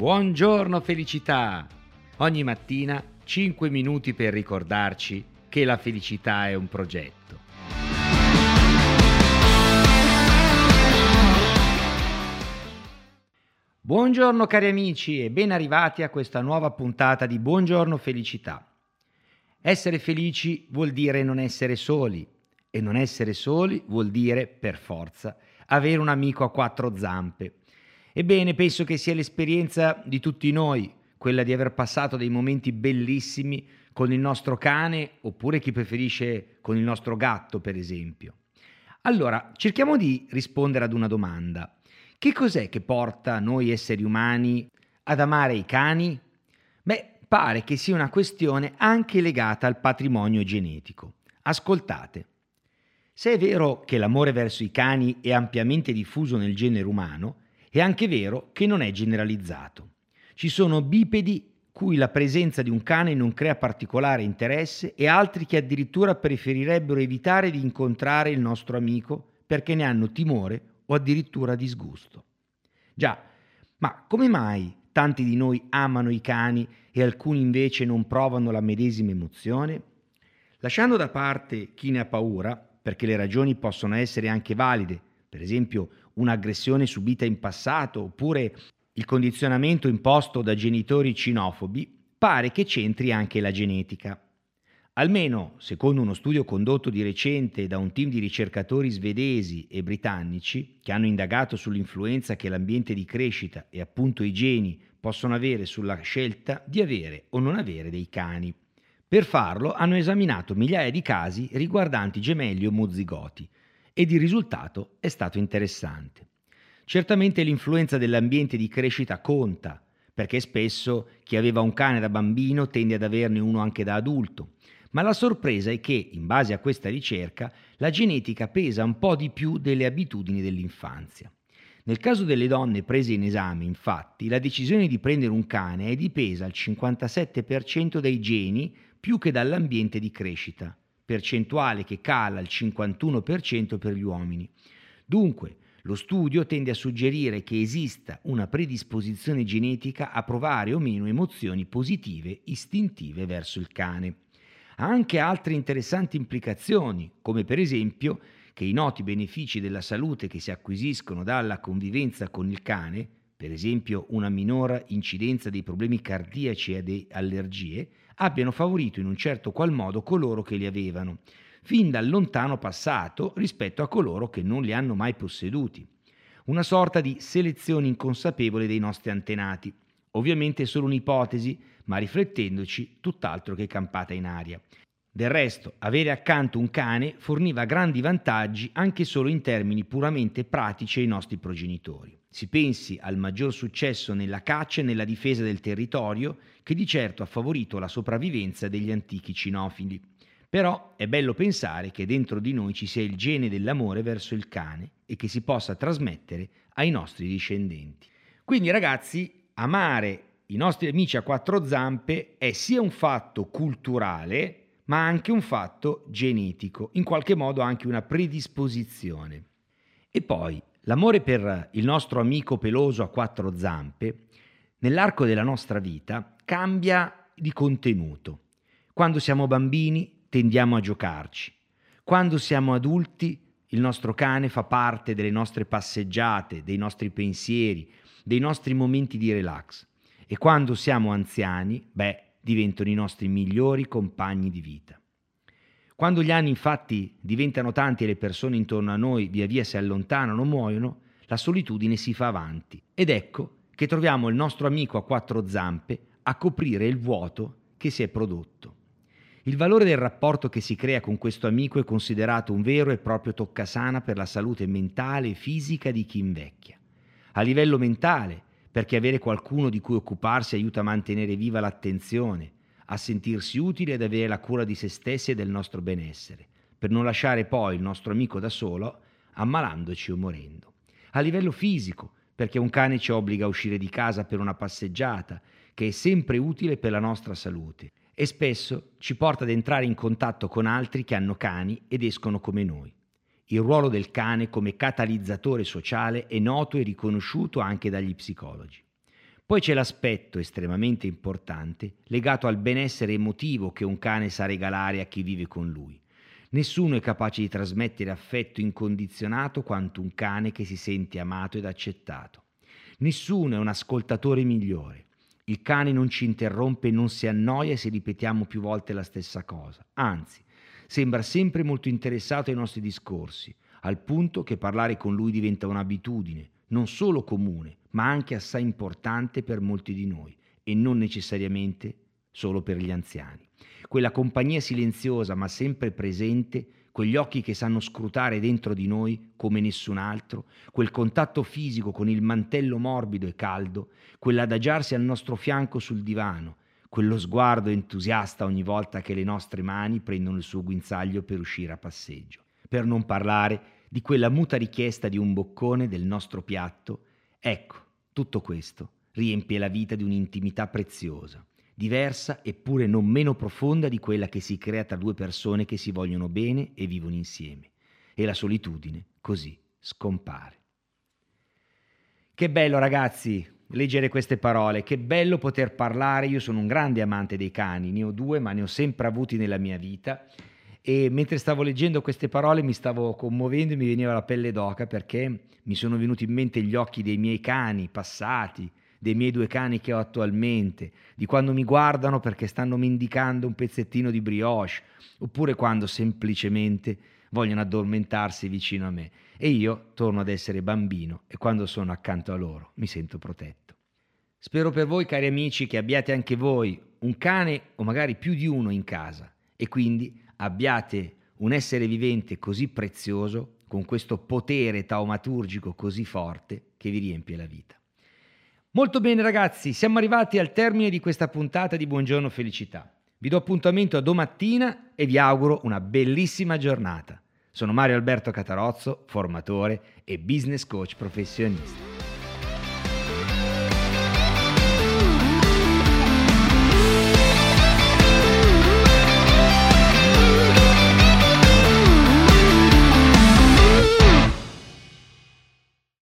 Buongiorno felicità! Ogni mattina 5 minuti per ricordarci che la felicità è un progetto. Buongiorno cari amici e ben arrivati a questa nuova puntata di Buongiorno felicità. Essere felici vuol dire non essere soli e non essere soli vuol dire, per forza, avere un amico a quattro zampe. Ebbene, penso che sia l'esperienza di tutti noi, quella di aver passato dei momenti bellissimi con il nostro cane, oppure chi preferisce con il nostro gatto, per esempio. Allora, cerchiamo di rispondere ad una domanda. Che cos'è che porta noi esseri umani ad amare i cani? Beh, pare che sia una questione anche legata al patrimonio genetico. Ascoltate. Se è vero che l'amore verso i cani è ampiamente diffuso nel genere umano, è anche vero che non è generalizzato. Ci sono bipedi cui la presenza di un cane non crea particolare interesse e altri che addirittura preferirebbero evitare di incontrare il nostro amico perché ne hanno timore o addirittura disgusto. Già, ma come mai tanti di noi amano i cani e alcuni invece non provano la medesima emozione? Lasciando da parte chi ne ha paura, perché le ragioni possono essere anche valide, per esempio un'aggressione subita in passato oppure il condizionamento imposto da genitori cinofobi, pare che c'entri anche la genetica. Almeno, secondo uno studio condotto di recente da un team di ricercatori svedesi e britannici che hanno indagato sull'influenza che l'ambiente di crescita e appunto i geni possono avere sulla scelta di avere o non avere dei cani. Per farlo hanno esaminato migliaia di casi riguardanti gemelli omozigoti ed il risultato è stato interessante. Certamente l'influenza dell'ambiente di crescita conta, perché spesso chi aveva un cane da bambino tende ad averne uno anche da adulto, ma la sorpresa è che, in base a questa ricerca, la genetica pesa un po' di più delle abitudini dell'infanzia. Nel caso delle donne prese in esame, infatti, la decisione di prendere un cane è dipesa al 57% dai geni più che dall'ambiente di crescita, percentuale che cala al 51% per gli uomini. Dunque, lo studio tende a suggerire che esista una predisposizione genetica a provare o meno emozioni positive istintive verso il cane. Ha anche altre interessanti implicazioni, come per esempio che i noti benefici della salute che si acquisiscono dalla convivenza con il cane, per esempio una minore incidenza dei problemi cardiaci e di allergie, abbiano favorito in un certo qual modo coloro che li avevano, fin dal lontano passato rispetto a coloro che non li hanno mai posseduti. Una sorta di selezione inconsapevole dei nostri antenati. Ovviamente è solo un'ipotesi, ma riflettendoci tutt'altro che campata in aria. Del resto, avere accanto un cane forniva grandi vantaggi anche solo in termini puramente pratici ai nostri progenitori. Si pensi al maggior successo nella caccia e nella difesa del territorio, che di certo ha favorito la sopravvivenza degli antichi cinofili. Però è bello pensare che dentro di noi ci sia il gene dell'amore verso il cane e che si possa trasmettere ai nostri discendenti. Quindi ragazzi, amare i nostri amici a quattro zampe è sia un fatto culturale, ma anche un fatto genetico, in qualche modo anche una predisposizione. E poi, l'amore per il nostro amico peloso a quattro zampe, nell'arco della nostra vita, cambia di contenuto. Quando siamo bambini tendiamo a giocarci. Quando siamo adulti, il nostro cane fa parte delle nostre passeggiate, dei nostri pensieri, dei nostri momenti di relax. E quando siamo anziani, diventano i nostri migliori compagni di vita. Quando gli anni infatti diventano tanti e le persone intorno a noi via via si allontanano o muoiono, la solitudine si fa avanti ed ecco che troviamo il nostro amico a quattro zampe a coprire il vuoto che si è prodotto. Il valore del rapporto che si crea con questo amico è considerato un vero e proprio toccasana per la salute mentale e fisica di chi invecchia. A livello mentale, perché avere qualcuno di cui occuparsi aiuta a mantenere viva l'attenzione, a sentirsi utile ed avere la cura di se stessi e del nostro benessere, per non lasciare poi il nostro amico da solo, ammalandoci o morendo. A livello fisico, perché un cane ci obbliga a uscire di casa per una passeggiata, che è sempre utile per la nostra salute, e spesso ci porta ad entrare in contatto con altri che hanno cani ed escono come noi. Il ruolo del cane come catalizzatore sociale è noto e riconosciuto anche dagli psicologi. Poi c'è l'aspetto estremamente importante legato al benessere emotivo che un cane sa regalare a chi vive con lui. Nessuno è capace di trasmettere affetto incondizionato quanto un cane che si sente amato ed accettato. Nessuno è un ascoltatore migliore. Il cane non ci interrompe e non si annoia se ripetiamo più volte la stessa cosa. Anzi, sembra sempre molto interessato ai nostri discorsi, al punto che parlare con lui diventa un'abitudine, non solo comune, ma anche assai importante per molti di noi, e non necessariamente solo per gli anziani. Quella compagnia silenziosa ma sempre presente, quegli occhi che sanno scrutare dentro di noi come nessun altro, quel contatto fisico con il mantello morbido e caldo, quell'adagiarsi al nostro fianco sul divano, quello sguardo entusiasta ogni volta che le nostre mani prendono il suo guinzaglio per uscire a passeggio. Per non parlare di quella muta richiesta di un boccone del nostro piatto. Ecco, tutto questo riempie la vita di un'intimità preziosa, diversa eppure non meno profonda di quella che si crea tra due persone che si vogliono bene e vivono insieme. E la solitudine così scompare. Che bello, ragazzi, leggere queste parole, che bello poter parlare. Io sono un grande amante dei cani, ne ho 2, ma ne ho sempre avuti nella mia vita. E mentre stavo leggendo queste parole mi stavo commuovendo e mi veniva la pelle d'oca, perché mi sono venuti in mente gli occhi dei miei cani passati, dei miei 2 cani che ho attualmente, di quando mi guardano perché stanno mendicando un pezzettino di brioche, oppure quando semplicemente vogliono addormentarsi vicino a me e io torno ad essere bambino e quando sono accanto a loro mi sento protetto. Spero per voi, cari amici, che abbiate anche voi un cane o magari più di uno in casa e quindi abbiate un essere vivente così prezioso, con questo potere taumaturgico così forte che vi riempie la vita. Molto bene, ragazzi, siamo arrivati al termine di questa puntata di Buongiorno Felicità. Vi do appuntamento a domattina e vi auguro una bellissima giornata. Sono Mario Alberto Catarozzo, formatore e business coach professionista.